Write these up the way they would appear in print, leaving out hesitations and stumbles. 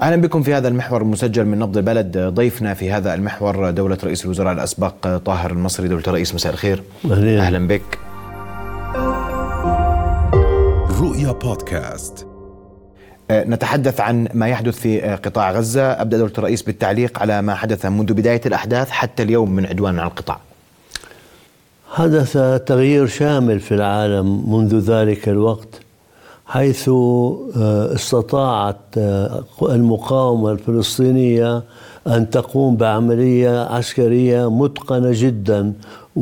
أهلا بكم في هذا المحور المسجل من نبض البلد. ضيفنا في هذا المحور دولة رئيس الوزراء الأسبق طاهر المصري. دولة الرئيس مساء الخير. أهلا بك. رؤيا بودكاست. نتحدث عن ما يحدث في قطاع غزة. أبدأ دولة الرئيس بالتعليق على ما حدث منذ بداية الأحداث حتى اليوم من عدوان على القطاع. حدث تغيير شامل في العالم منذ ذلك الوقت، حيث استطاعت المقاومة الفلسطينية أن تقوم بعملية عسكرية متقنة جدا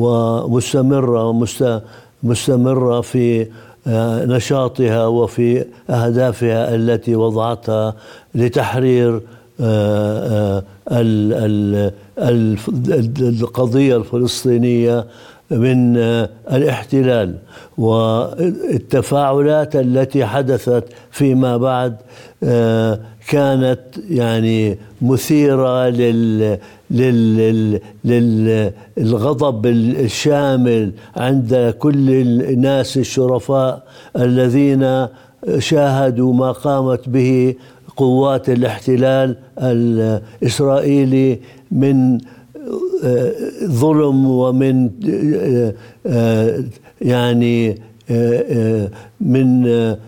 ومستمرة في نشاطها وفي أهدافها التي وضعتها لتحرير القضية الفلسطينية من الاحتلال. والتفاعلات التي حدثت فيما بعد كانت يعني مثيرة للغضب الشامل عند كل الناس الشرفاء الذين شاهدوا ما قامت به قوات الاحتلال الإسرائيلي من ظلم ومن يعني من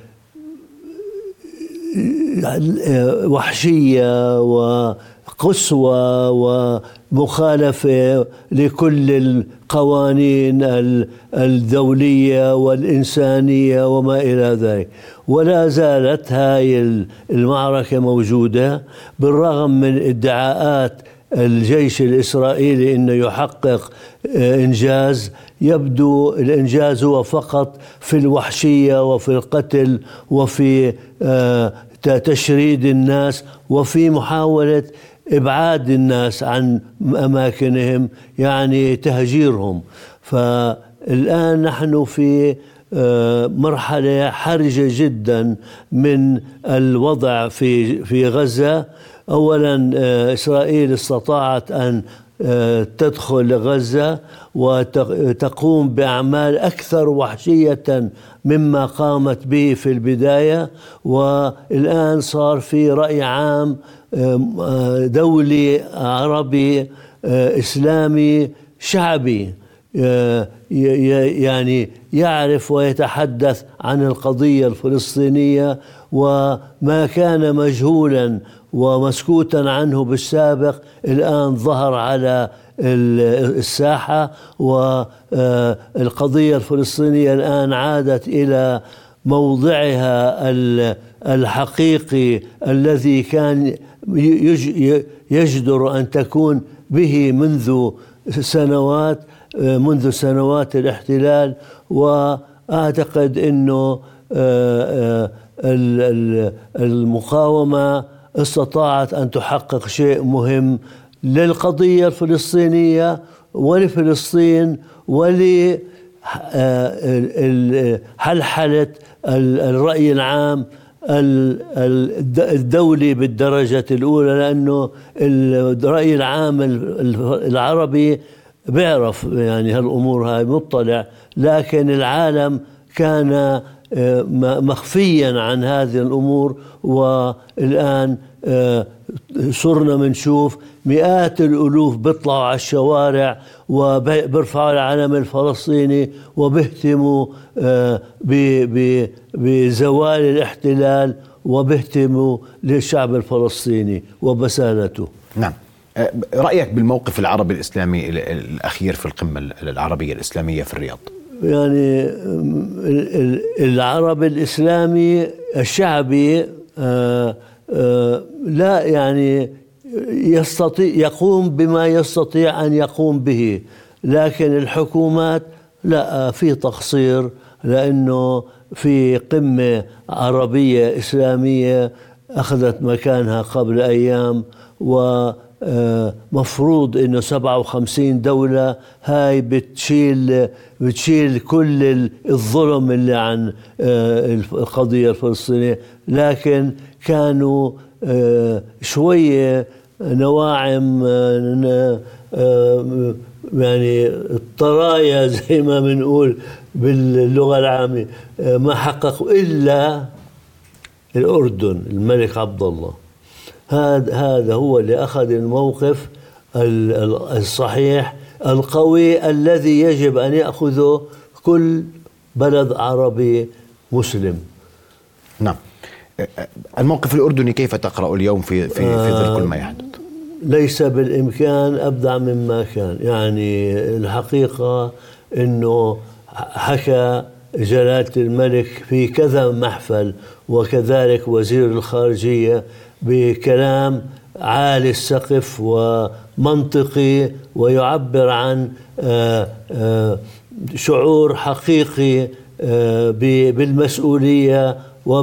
وحشية وقسوة ومخالفة لكل القوانين الدولية والإنسانية وما إلى ذلك. ولا زالت هاي المعركة موجودة بالرغم من ادعاءات الجيش الإسرائيلي إنه يحقق إنجاز. يبدو الإنجاز هو فقط في الوحشية وفي القتل وفي تشريد الناس وفي محاولة إبعاد الناس عن أماكنهم، يعني تهجيرهم. فالآن نحن في مرحلة حرجة جدا من الوضع في غزة. أولا إسرائيل استطاعت أن تدخل غزة وتقوم بأعمال أكثر وحشية مما قامت به في البداية. والآن صار في رأي عام دولي عربي إسلامي شعبي يعني يعرف ويتحدث عن القضية الفلسطينية، وما كان مجهولا ومسكوتا عنه بالسابق الآن ظهر على الساحة. والقضية الفلسطينية الآن عادت إلى موضعها الحقيقي الذي كان يجدر أن تكون به منذ سنوات الاحتلال. وأعتقد أنه المقاومة استطاعت أن تحقق شيء مهم للقضية الفلسطينية ولفلسطين ولحلحلة الرأي العام الدولي بالدرجة الأولى، لأنه الرأي العام العربي بيعرف يعني هالأمور هاي مطلع، لكن العالم كان مخفيا عن هذه الأمور. والآن صرنا منشوف مئات الألوف بيطلعوا على الشوارع وبيرفعوا العلم الفلسطيني وبيهتموا بزوال الاحتلال وبيهتموا للشعب الفلسطيني وبسالته. نعم، رأيك بالموقف العربي الإسلامي الأخير في القمة العربية الإسلامية في الرياض؟ يعني العرب الإسلامي الشعبي لا يعني يقوم بما يستطيع أن يقوم به، لكن الحكومات لا، في تقصير، لأنه في قمة عربية إسلامية أخذت مكانها قبل أيام، ومفروض إنه 57 دولة هاي بتشيل كل الظلم اللي عن القضية الفلسطينية، لكن كانوا شوية نواعم يعني الطرايا زي ما بنقول باللغة العامية، ما حققوا إلا الأردن، الملك عبد الله. هذا هو اللي أخذ الموقف الصحيح القوي الذي يجب أن يأخذه كل بلد عربي مسلم. نعم. الموقف الأردني كيف تقرأ اليوم في ظل كل ما يحدث؟ ليس بالإمكان أبدع مما كان. يعني الحقيقة أنه حكى جلالة الملك في كذا محفل وكذلك وزير الخارجية بكلام عالي السقف ومنطقي ويعبر عن شعور حقيقي بالمسؤولية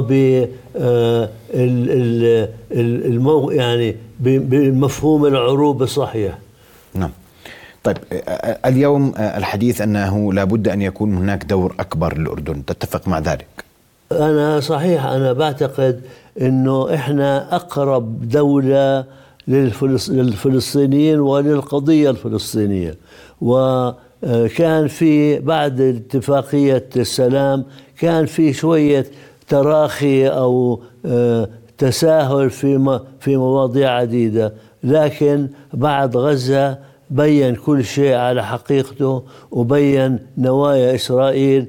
يعني بمفهوم العروبة الصحيح. نعم. طيب اليوم الحديث أنه لابد أن يكون هناك دور أكبر للأردن، تتفق مع ذلك؟ أنا بعتقد أنه إحنا أقرب دولة للفلسطينيين وللقضية الفلسطينية. وكان في بعد اتفاقية السلام كان في شوية تراخي أو تساهل في مواضيع عديدة، لكن بعد غزة بين كل شيء على حقيقته، وبين نوايا إسرائيل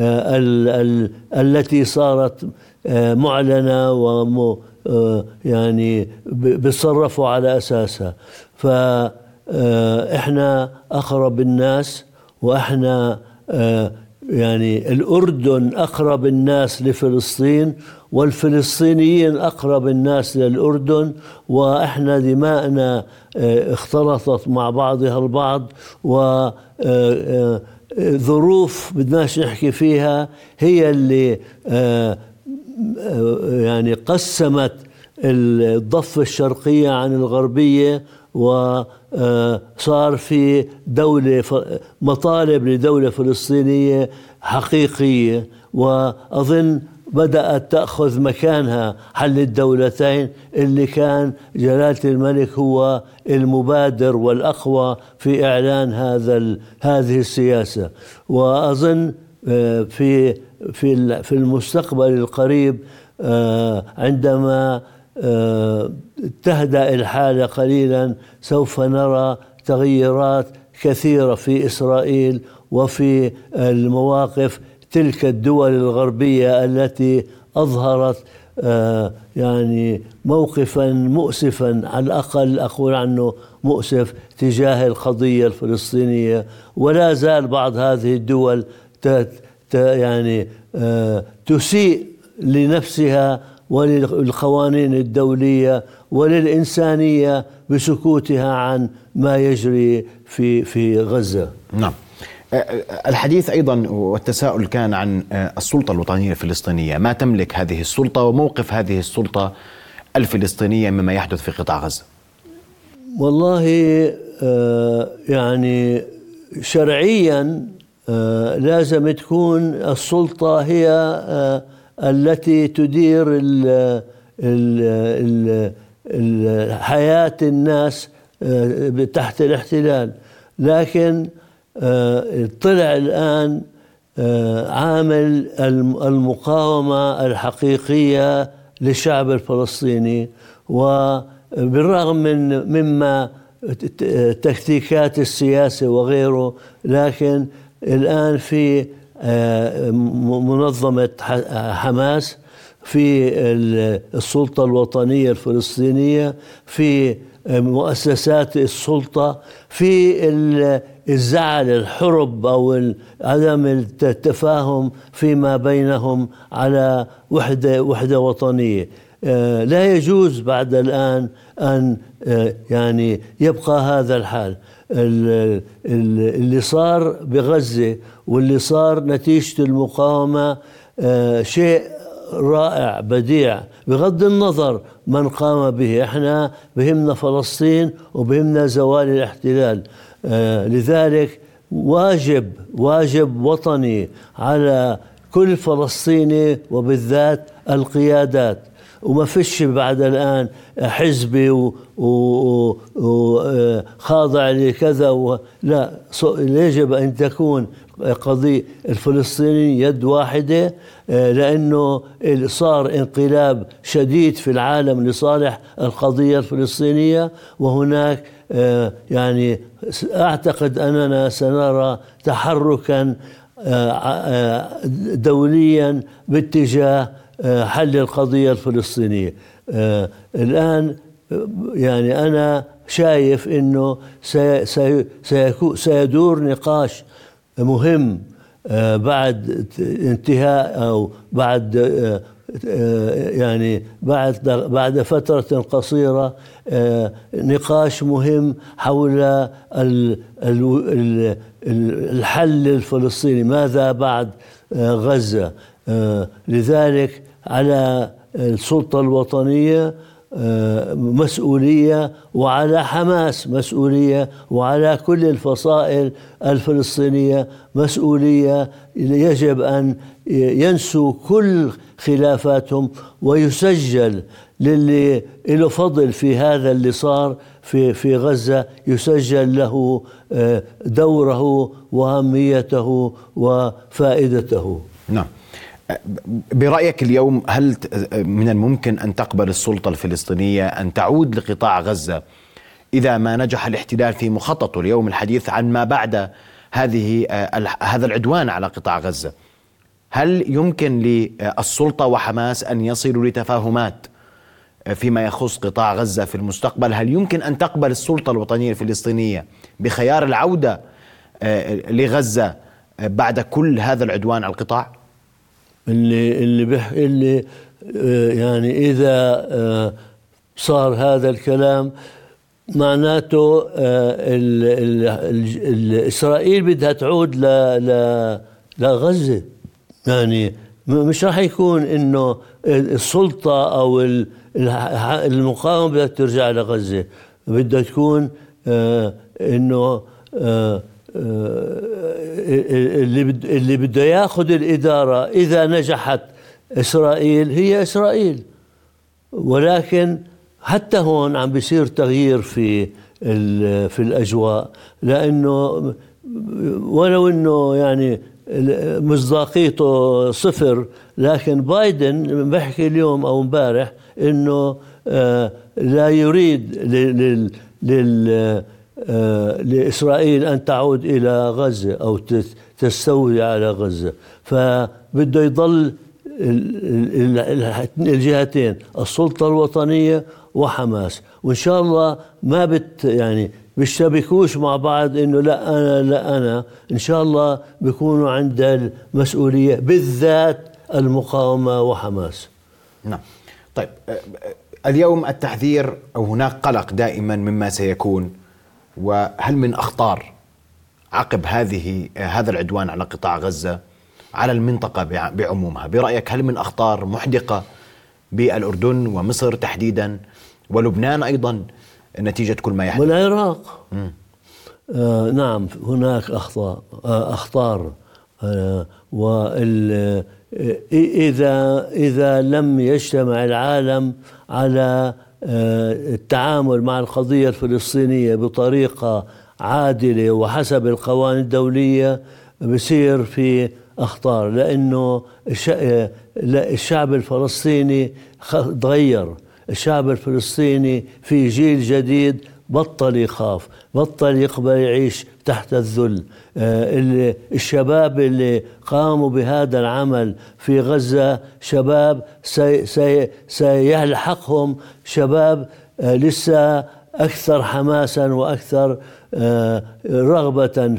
التي صارت معلنة يعني بيتصرفوا على أساسها. فإحنا أقرب الناس، وإحنا يعني الأردن أقرب الناس لفلسطين، والفلسطينيين أقرب الناس للأردن، وإحنا دماءنا اختلطت مع بعضها البعض، وظروف بدناش نحكي فيها هي اللي يعني قسمت الضفة الشرقية عن الغربية، وصار في مطالب لدولة فلسطينية حقيقية، وأظن بدأت تأخذ مكانها حل الدولتين اللي كان جلالة الملك هو المبادر والأقوى في إعلان هذه السياسة. وأظن في المستقبل القريب عندما تهدأ الحالة قليلا سوف نرى تغييرات كثيرة في إسرائيل وفي المواقف تلك الدول الغربية التي أظهرت يعني موقفا مؤسفا، على الأقل أقول عنه مؤسف، تجاه القضية الفلسطينية. ولا زال بعض هذه الدول يعني تسيء لنفسها وللقوانين الدولية وللإنسانية بسكوتها عن ما يجري في غزة. نعم. الحديث أيضا والتساؤل كان عن السلطة الوطنية الفلسطينية، ما تملك هذه السلطة وموقف هذه السلطة الفلسطينية مما يحدث في قطاع غزة. والله يعني شرعيا لازم تكون السلطة هي التي تدير حياة الناس تحت الاحتلال، لكن طلع الآن عامل المقاومة الحقيقية للشعب الفلسطيني، وبالرغم مما تكتيكات السياسة وغيره، لكن الآن في منظمة حماس، في السلطة الوطنية الفلسطينية، في مؤسسات السلطة، في الزعل الحرب أو عدم التفاهم فيما بينهم على وحدة وطنية. لا يجوز بعد الآن أن يعني يبقى هذا الحال. اللي صار بغزة واللي صار نتيجة المقاومة شيء رائع بديع بغض النظر من قام به. احنا بهمنا فلسطين وبهمنا زوال الاحتلال. لذلك واجب وطني على كل فلسطيني وبالذات القيادات وما فيش بعد الآن حزبي وخاضع لكذا لا، يجب أن تكون قضية الفلسطيني يد واحدة، لأنه صار انقلاب شديد في العالم لصالح القضية الفلسطينية. وهناك يعني أعتقد أننا سنرى تحركا دوليا باتجاه حل القضية الفلسطينية. الآن يعني أنا شايف أنه سيدور نقاش مهم بعد انتهاء أو بعد يعني بعد فترة قصيرة نقاش مهم حول الحل الفلسطيني، ماذا بعد غزة. لذلك على السلطة الوطنية مسؤولية، وعلى حماس مسؤولية، وعلى كل الفصائل الفلسطينية مسؤولية. يجب أن ينسوا كل خلافاتهم، ويسجل للي له فضل في هذا اللي صار في غزة، يسجل له دوره وأهميته وفائدته. نعم. برأيك اليوم هل من الممكن أن تقبل السلطة الفلسطينية أن تعود لقطاع غزة إذا ما نجح الاحتلال في مخططه؟ اليوم الحديث عن ما بعد هذا العدوان على قطاع غزة. هل يمكن للسلطة وحماس أن يصلوا لتفاهمات فيما يخص قطاع غزة في المستقبل؟ هل يمكن أن تقبل السلطة الوطنية الفلسطينية بخيار العودة لغزة بعد كل هذا العدوان على القطاع؟ اللي يعني إذا صار هذا الكلام معناته إسرائيل بدها تعود لغزة. يعني مش راح يكون إنه السلطة أو المقاومة بدها ترجع لغزة، بدها تكون إنه اللي بده ياخذ الإدارة إذا نجحت إسرائيل هي إسرائيل. ولكن حتى هون عم بيصير تغيير في الأجواء، لأنه ولو إنه يعني مصداقيته صفر، لكن بايدن بحكي اليوم أو امبارح إنه لا يريد لإسرائيل أن تعود إلى غزة أو تستولي على غزة. فبده يضل الجهتين، السلطة الوطنية وحماس، وإن شاء الله ما يعني بيشتبكوش مع بعض إنه لا أنا إن شاء الله بيكونوا عند المسؤولية، بالذات المقاومة وحماس. نعم. طيب، اليوم التحذير أو هناك قلق دائما مما سيكون، وهل من أخطار عقب هذا العدوان على قطاع غزة على المنطقة بعمومها؟ برأيك هل من أخطار محدقة بالأردن ومصر تحديدا ولبنان أيضا نتيجة كل ما يحدث؟ والعراق. نعم، هناك أخطار. إذا لم يجتمع العالم على التعامل مع القضية الفلسطينية بطريقة عادلة وحسب القوانين الدولية، بصير في أخطار. لأنه الشعب الفلسطيني تغير، الشعب الفلسطيني في جيل جديد بطل يخاف، بطل يقبل يعيش تحت الذل. الشباب اللي قاموا بهذا العمل في غزة شباب سيلحقهم شباب لسه أكثر حماسا وأكثر رغبة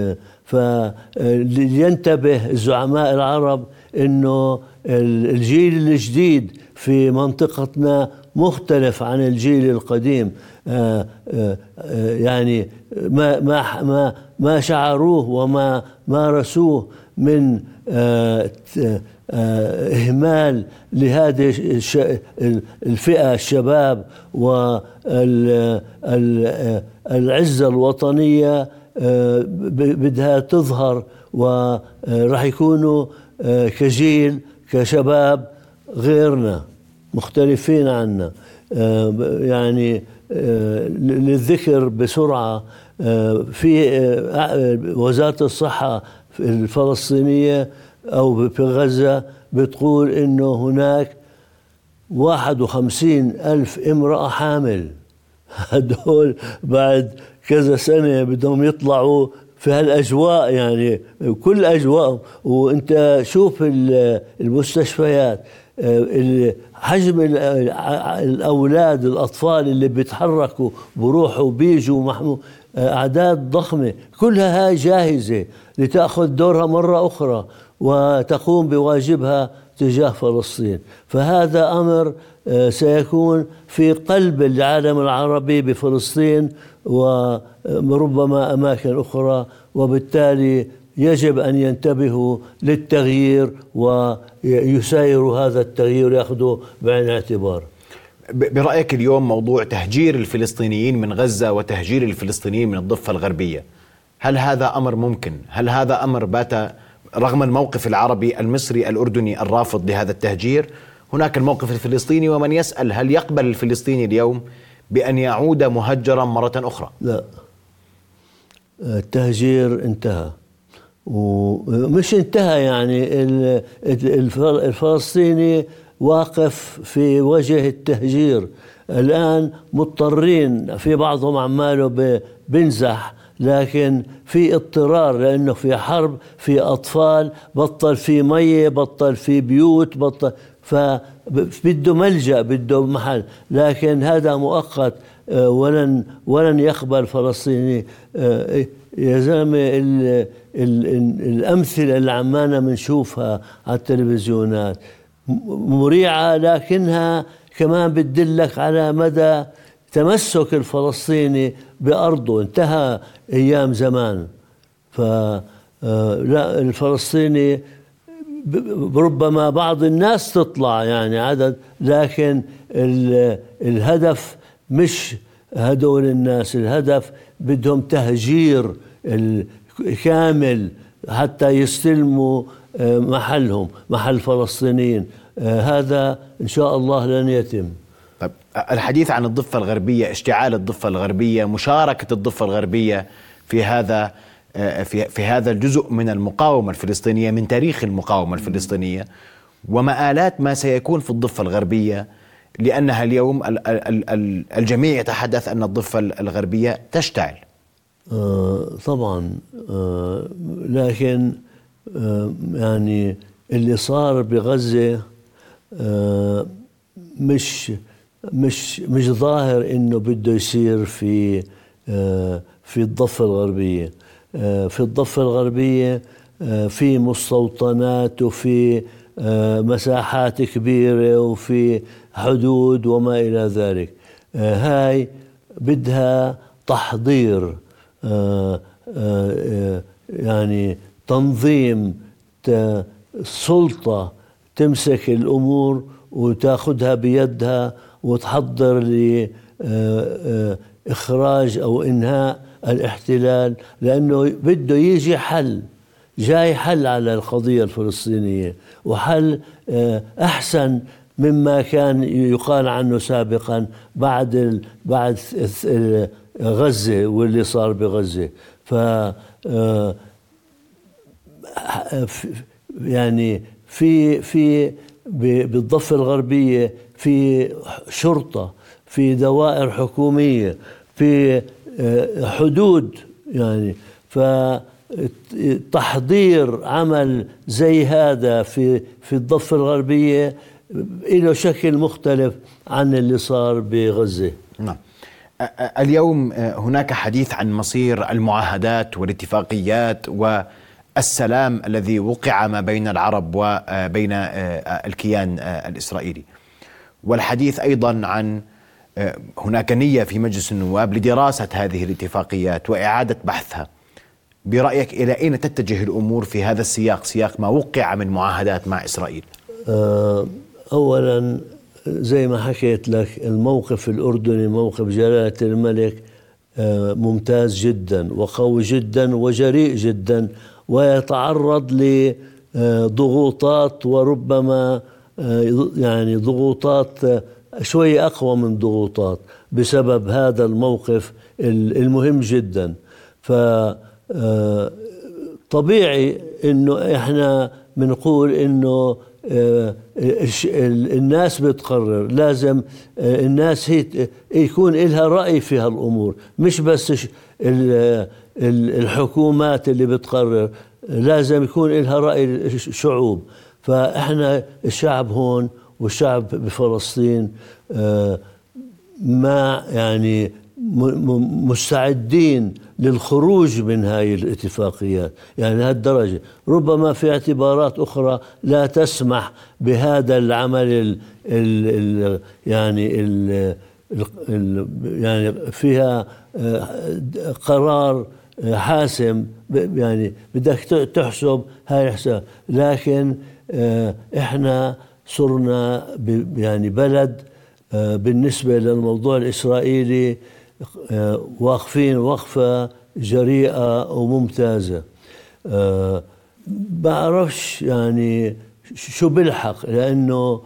فلينتبه الزعماء العرب إنه الجيل الجديد في منطقتنا مختلف عن الجيل القديم. يعني ما شعروه وما مارسوه من إهمال لهذه الفئة الشباب والعزة الوطنية بدها تظهر، وراح يكونوا كجيل كشباب غيرنا. مختلفين عنا. يعني للذكر بسرعة، في وزارة الصحة الفلسطينية أو في غزة بتقول إنه هناك 51,000 امرأة حامل. هدول بعد كذا سنة بدهم يطلعوا في هالأجواء، يعني كل أجواء. وانت شوف المستشفيات، حجم الأولاد الأطفال اللي بيتحركوا بروحوا وبيجوا، أعداد ضخمة، كلها هاي جاهزة لتأخذ دورها مرة أخرى وتقوم بواجبها تجاه فلسطين. فهذا أمر سيكون في قلب العالم العربي بفلسطين وربما أماكن أخرى، وبالتالي يجب أن ينتبهوا للتغيير ويسايروا هذا التغيير ويأخذوه بعين الاعتبار. برأيك اليوم موضوع تهجير الفلسطينيين من غزة وتهجير الفلسطينيين من الضفة الغربية، هل هذا أمر ممكن؟ هل هذا أمر بات رغم الموقف العربي المصري الأردني الرافض لهذا التهجير؟ هناك الموقف الفلسطيني ومن يسأل هل يقبل الفلسطيني اليوم بأن يعود مهجرا مرة أخرى؟ لا، التهجير انتهى، ومش انتهى يعني الفلسطيني واقف في وجه التهجير. الآن مضطرين، في بعضهم عماله بنزح، لكن في اضطرار لأنه في حرب، في أطفال، بطل في مية، بطل في بيوت، بطل، فبده ملجأ، بده محل. لكن هذا مؤقت، ولن يقبل فلسطيني. يا زلمة الأمثلة اللي عمانا منشوفها على التلفزيونات مريعة، لكنها كمان بتدلك على مدى تمسك الفلسطيني بأرضه. انتهى أيام زمان. فلا، الفلسطيني ربما بعض الناس تطلع يعني عدد، لكن الهدف مش هدول الناس، الهدف بدهم تهجير كامل حتى يستلموا محلهم، محل فلسطينيين. هذا إن شاء الله لن يتم. طيب، الحديث عن الضفة الغربية، اشتعال الضفة الغربية، مشاركة الضفة الغربية في هذا الجزء من المقاومة الفلسطينية، من تاريخ المقاومة الفلسطينية، ومآلات ما سيكون في الضفة الغربية، لأنها اليوم الجميع يتحدث أن الضفة الغربية تشتعل. طبعا، لكن يعني اللي صار بغزة مش ظاهر إنه بده يصير في الضفة الغربية. في الضفة الغربية في مستوطنات وفي مساحات كبيرة وفي حدود وما إلى ذلك. هاي بدها تحضير، يعني تنظيم، سلطة تمسك الأمور وتأخذها بيدها وتحضر لإخراج أو إنهاء الاحتلال، لأنه بده يجي حل، جاي حل على القضية الفلسطينية، وحل أحسن مما كان يقال عنه سابقا بعد غزة واللي صار بغزة. يعني في بالضفة الغربية في شرطة، في دوائر حكومية، في حدود، يعني فتحضير عمل زي هذا في الضفة الغربية له شكل مختلف عن اللي صار بغزة. نعم. اليوم هناك حديث عن مصير المعاهدات والاتفاقيات والسلام الذي وقع ما بين العرب وبين الكيان الإسرائيلي، والحديث أيضا عن هناك نية في مجلس النواب لدراسة هذه الاتفاقيات وإعادة بحثها. برأيك إلى أين تتجه الأمور في هذا السياق، سياق ما وقع من معاهدات مع إسرائيل؟ أولا زي ما حكيت لك، الموقف الأردني، موقف جلالة الملك، ممتاز جدا وقوي جدا وجريء جدا، ويتعرض لضغوطات وربما يعني ضغوطات شوي أقوى من ضغوطات بسبب هذا الموقف المهم جدا. فطبيعي إنه إحنا بنقول إنه الناس بتقرر، لازم الناس هي يكون لها رأي في هالأمور، مش بس الحكومات اللي بتقرر، لازم يكون لها رأي الشعوب. فإحنا الشعب هون والشعب بفلسطين ما يعني مستعدين للخروج من هاي الاتفاقيات، يعني هالدرجة. ربما في اعتبارات أخرى لا تسمح بهذا العمل يعني فيها قرار حاسم، يعني بدك تحسب هاي الحساب. لكن احنا صرنا يعني بلد بالنسبة للموضوع الإسرائيلي واقفين وقفة جريئة وممتازة. بعرفش يعني شو بلحق، لأنه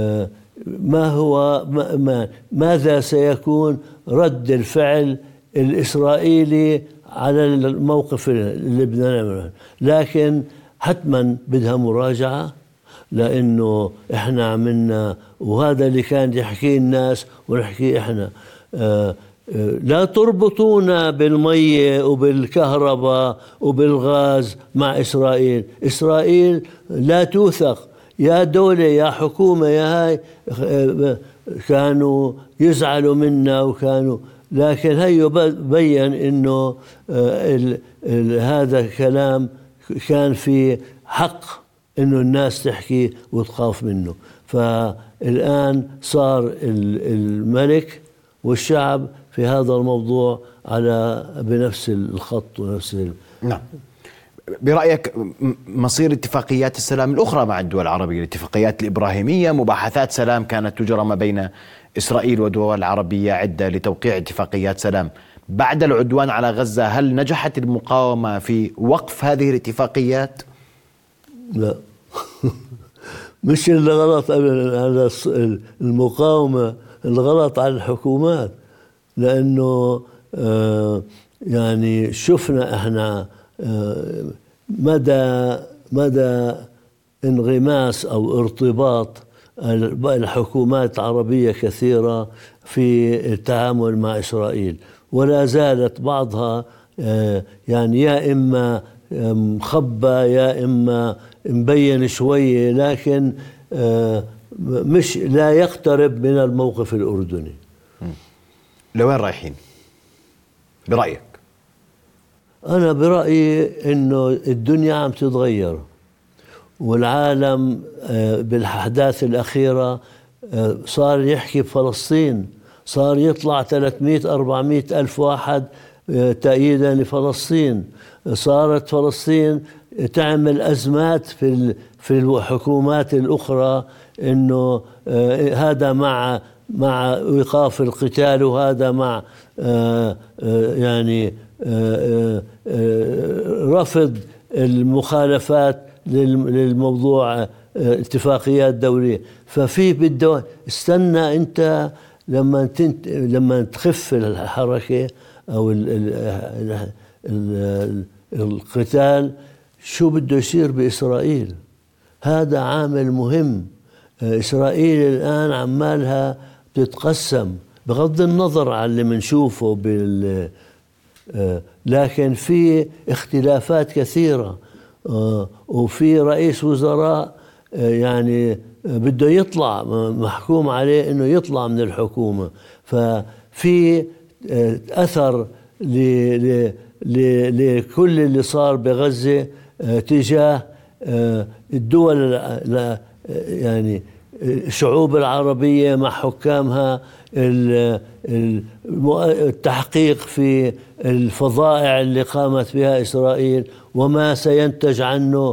ماذا سيكون رد الفعل الإسرائيلي على الموقف اللي بدنا نعمله. لكن حتما بدها مراجعة، لأنه إحنا عملنا، وهذا اللي كان يحكيه الناس ونحكيه إحنا، لا تربطونا بالمية وبالكهرباء وبالغاز مع إسرائيل. إسرائيل لا توثق، يا دولة يا حكومة يا هاي كانوا يزعلوا منا وكانوا، لكن هي بين إنه هذا الكلام كان في حق إنه الناس تحكي وتخاف منه. فالآن صار الملك والشعب في هذا الموضوع بنفس الخط ونفس نعم. برأيك مصير اتفاقيات السلام الأخرى مع الدول العربية، الاتفاقيات الإبراهيمية، مباحثات سلام كانت تجرى ما بين إسرائيل ودول عربية عدة لتوقيع اتفاقيات سلام، بعد العدوان على غزة هل نجحت المقاومة في وقف هذه الاتفاقيات؟ لا. مش الغلط على المقاومة، الغلط على الحكومات. لأنه يعني شفنا احنا مدى انغماس أو ارتباط الحكومات العربية كثيرة في التعامل مع إسرائيل، ولا زالت بعضها يعني يا إما مخبى يا إما مبين شوية، لكن مش لا يقترب من الموقف الأردني. لوين رايحين برأيك؟ أنا برأيي إنه الدنيا عم تتغير، والعالم بالأحداث الأخيرة صار يحكي بفلسطين، صار يطلع 300-400 ألف واحد تأييدا لفلسطين. صارت فلسطين تعمل أزمات في الحكومات الأخرى، إنه هذا مع إيقاف القتال، وهذا مع يعني رفض المخالفات للموضوع اتفاقيات دولية. ففي بده استنى أنت لما تخف الحركة أو القتال، شو بده يصير بإسرائيل. هذا عامل مهم. إسرائيل الآن عمالها تتقسم، بغض النظر عن اللي منشوفه لكن في اختلافات كثيرة، وفي رئيس وزراء يعني بده يطلع، محكوم عليه انه يطلع من الحكومة. ففي اثر لكل اللي صار بغزة تجاه الدول، يعني الشعوب العربية مع حكامها، التحقيق في الفظائع اللي قامت بها إسرائيل وما سينتج عنه.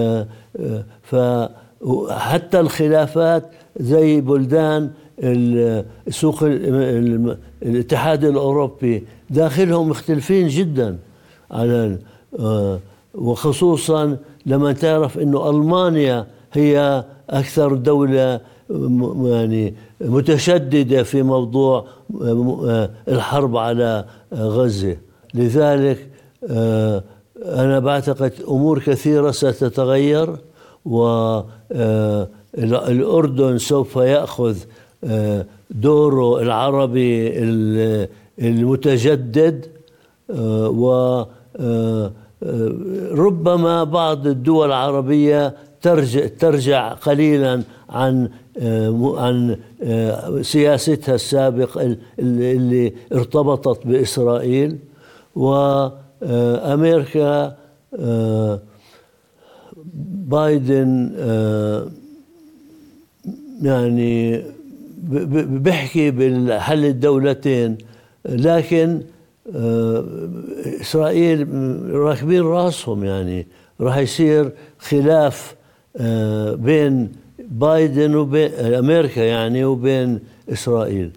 فحتى الخلافات زي بلدان سوق الاتحاد الأوروبي داخلهم مختلفين جدا على، وخصوصا لما تعرف إنه ألمانيا هي أكثر دولة يعني متشددة في موضوع الحرب على غزة. لذلك أنا بعتقد أمور كثيرة ستتغير، والأردن سوف يأخذ دوره العربي المتجدد، وربما بعض الدول العربية ترجع قليلا عن سياستها السابقة اللي ارتبطت بإسرائيل. وأمريكا بايدن يعني بيحكي بالحل الدولتين، لكن إسرائيل راكبين راسهم، يعني راح يصير خلاف بين بايدن وبين أمريكا يعني وبين إسرائيل.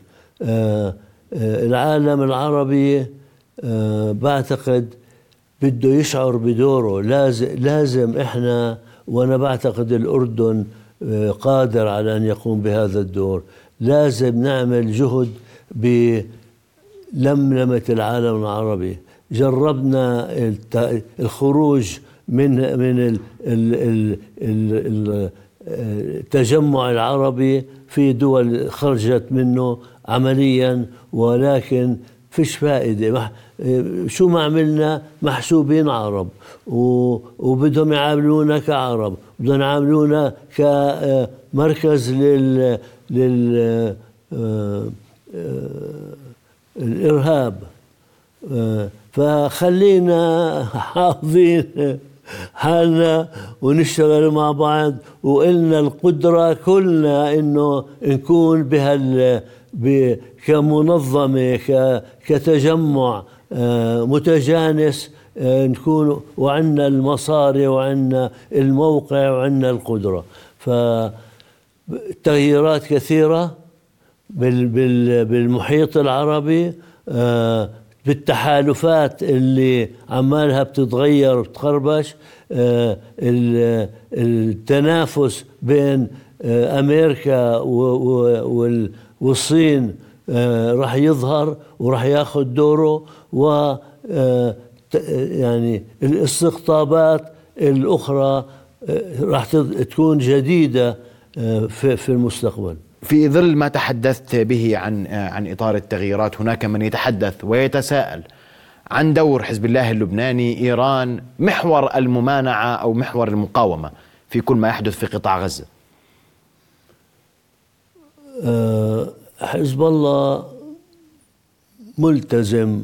العالم العربي بعتقد بده يشعر بدوره. لازم إحنا، وأنا بعتقد الأردن قادر على أن يقوم بهذا الدور، لازم نعمل جهد بلملمة العالم العربي. جربنا الخروج من التجمع العربي في دول خرجت منه عمليا، ولكن فيش فائدة. شو ما عملنا محسوبين عرب، وبدهم يعاملونا كعرب، بدهم يعاملونا كمركز للإرهاب. فخلينا حافظين حالنا ونشتغل مع بعض، وإلنا القدرة كلنا إنه نكون كمنظمة كتجمع متجانس، نكون وعندنا المصاري وعندنا الموقع وعندنا القدرة. فالتغييرات كثيرة بالمحيط العربي، بالتحالفات اللي عمالها بتتغير وبتخربش، التنافس بين أمريكا والصين راح يظهر وراح ياخذ دوره، و يعني الاستقطابات الأخرى راح تكون جديدة في المستقبل. في ظل ما تحدثت به عن إطار التغييرات، هناك من يتحدث ويتساءل عن دور حزب الله اللبناني، إيران، محور الممانعة أو محور المقاومة في كل ما يحدث في قطاع غزة. حزب الله ملتزم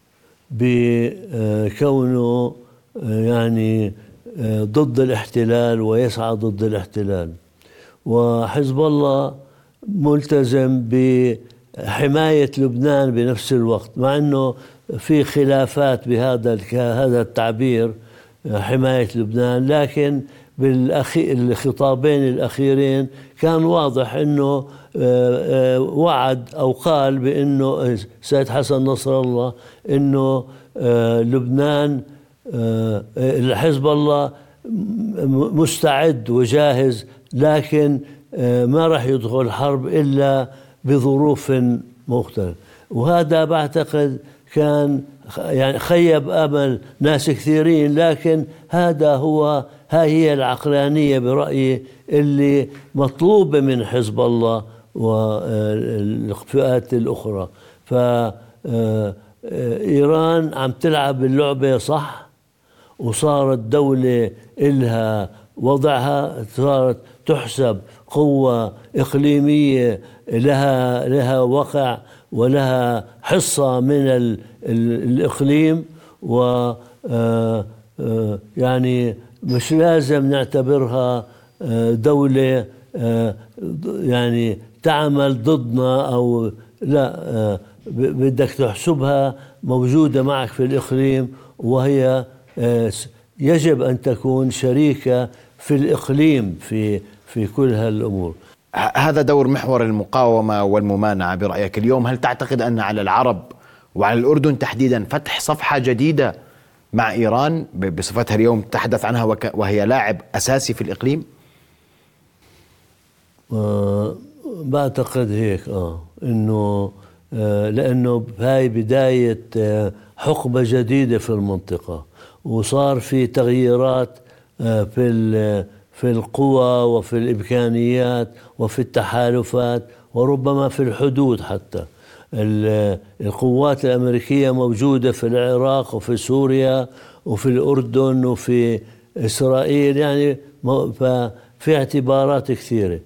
بكونه يعني ضد الاحتلال ويسعى ضد الاحتلال، وحزب الله ملتزم بحماية لبنان بنفس الوقت، مع أنه في خلافات بهذا التعبير حماية لبنان، لكن بالخطابين الأخيرين كان واضح أنه وعد أو قال بأنه سيد حسن نصر الله أنه لبنان حزب الله مستعد وجاهز، لكن ما راح يدخل حرب إلا بظروف مختلفة. وهذا بعتقد كان يعني خيب أمل ناس كثيرين، لكن هاي هي العقلانية برأيي اللي مطلوبة من حزب الله والفئات الأخرى. فإيران عم تلعب اللعبة صح، وصارت دولة إلها وضعها، صارت تحسب قوة إقليمية لها وقع ولها حصة من الإقليم، و يعني مش لازم نعتبرها دولة يعني تعمل ضدنا أو لا، بدك تحسبها موجودة معك في الإقليم، وهي يجب أن تكون شريكة في الإقليم في كل هالأمور. هذا دور محور المقاومة والممانعة برأيك اليوم. هل تعتقد أن على العرب وعلى الأردن تحديدا فتح صفحة جديدة مع إيران بصفتها اليوم تتحدث عنها وهي لاعب أساسي في الإقليم؟ بعتقد هيك انه لانه هاي بداية حقبة جديدة في المنطقة، وصار في تغييرات في القوى وفي الإمكانيات وفي التحالفات وربما في الحدود. حتى القوات الأمريكية موجودة في العراق وفي سوريا وفي الأردن وفي إسرائيل، يعني ففي اعتبارات كثيرة.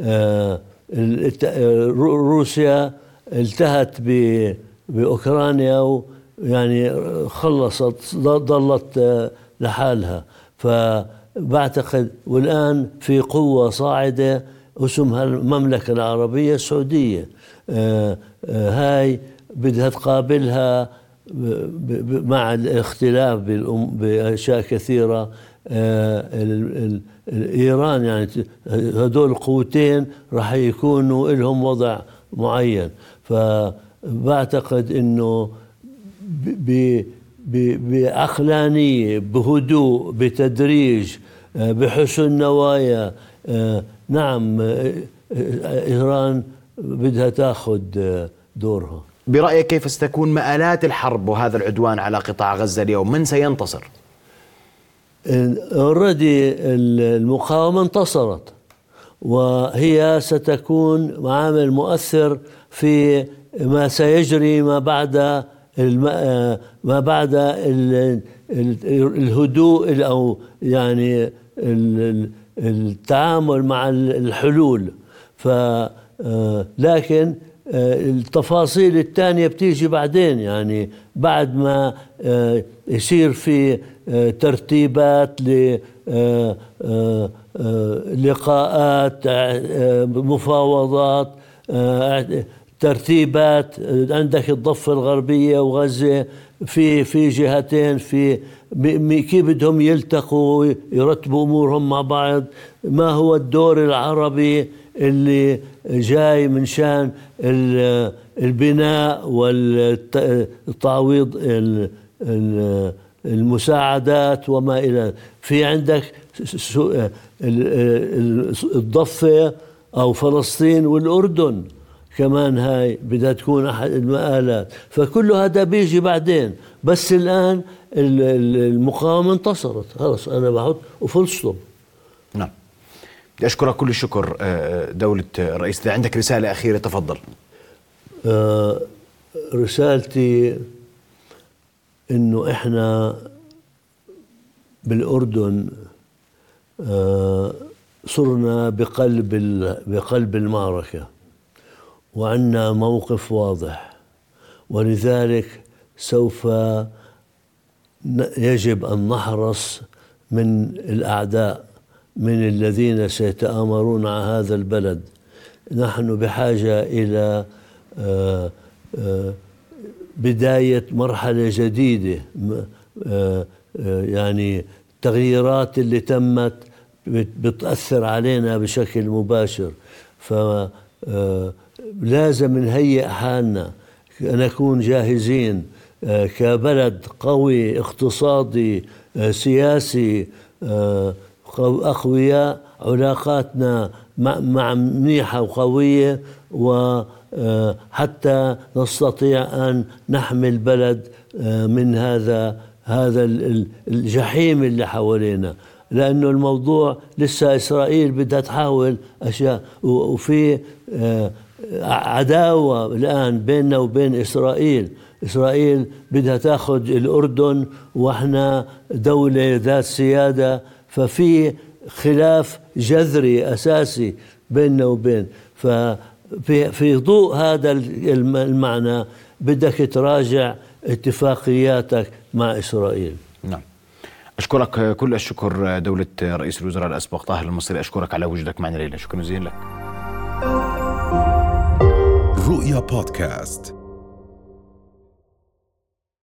روسيا التهت بأوكرانيا، يعني خلصت، ضلت لحالها. فبعتقد والآن في قوة صاعدة اسمها المملكة العربية السعودية، هاي بدها تقابلها مع الاختلاف بأشياء كثيرة. إيران، يعني هدول القوتين راح يكونوا لهم وضع معين. فبعتقد إنه بعقلانية، بهدوء، بتدريج، بحسن نوايا، نعم إيران بدها تأخذ دورها. برأيك كيف ستكون مآلات الحرب وهذا العدوان على قطاع غزة اليوم؟ من سينتصر؟ اوريدي المقاومة انتصرت، وهي ستكون عامل مؤثر في ما سيجري ما بعد الهدوء، أو يعني التعامل مع الحلول. لكن التفاصيل الثانية بتيجي بعدين، يعني بعد ما يصير في ترتيبات لقاءات، مفاوضات، ترتيبات. عندك الضفة الغربية وغزة في جهتين، في كيف بدهم يلتقوا يرتبوا أمورهم مع بعض. ما هو الدور العربي اللي جاي من شان البناء والتعويض، المساعدات وما إلى. في عندك الضفة أو فلسطين والأردن كمان، هاي بدها تكون أحد المآلات. فكل هذا بيجي بعدين، بس الآن المقاومة انتصرت، خلص أنا بحط وفل ستوب. نعم، بدي أشكرك كل الشكر دولة الرئيس. إذا عندك رسالة أخيرة تفضل. رسالتي إنه إحنا بالأردن صرنا بقلب المعركة، وعندنا موقف واضح، ولذلك سوف يجب أن نحرص من الأعداء، من الذين سيتآمرون على هذا البلد. نحن بحاجة إلى بداية مرحلة جديدة، يعني التغييرات اللي تمت بتأثر علينا بشكل مباشر. فلازم نهيئ حالنا، نكون جاهزين كبلد قوي، اقتصادي، سياسي، أقوياء، علاقاتنا مع منيحة وقوية، وحتى نستطيع أن نحمي البلد من هذا الجحيم اللي حوالينا. لأنه الموضوع لسه إسرائيل بدها تحاول أشياء، وفي عداوة الآن بيننا وبين إسرائيل. إسرائيل بدها تأخذ الأردن، وإحنا دولة ذات سيادة، ففي خلاف جذري أساسي بيننا وبين. ففي ضوء هذا المعنى بدك تراجع اتفاقياتك مع إسرائيل. نعم، أشكرك كل الشكر دولة رئيس الوزراء الأسبق طاهر المصري. أشكرك على وجودك معنا ليلة، شكرا جزيلا لك. رؤيا بودكاست.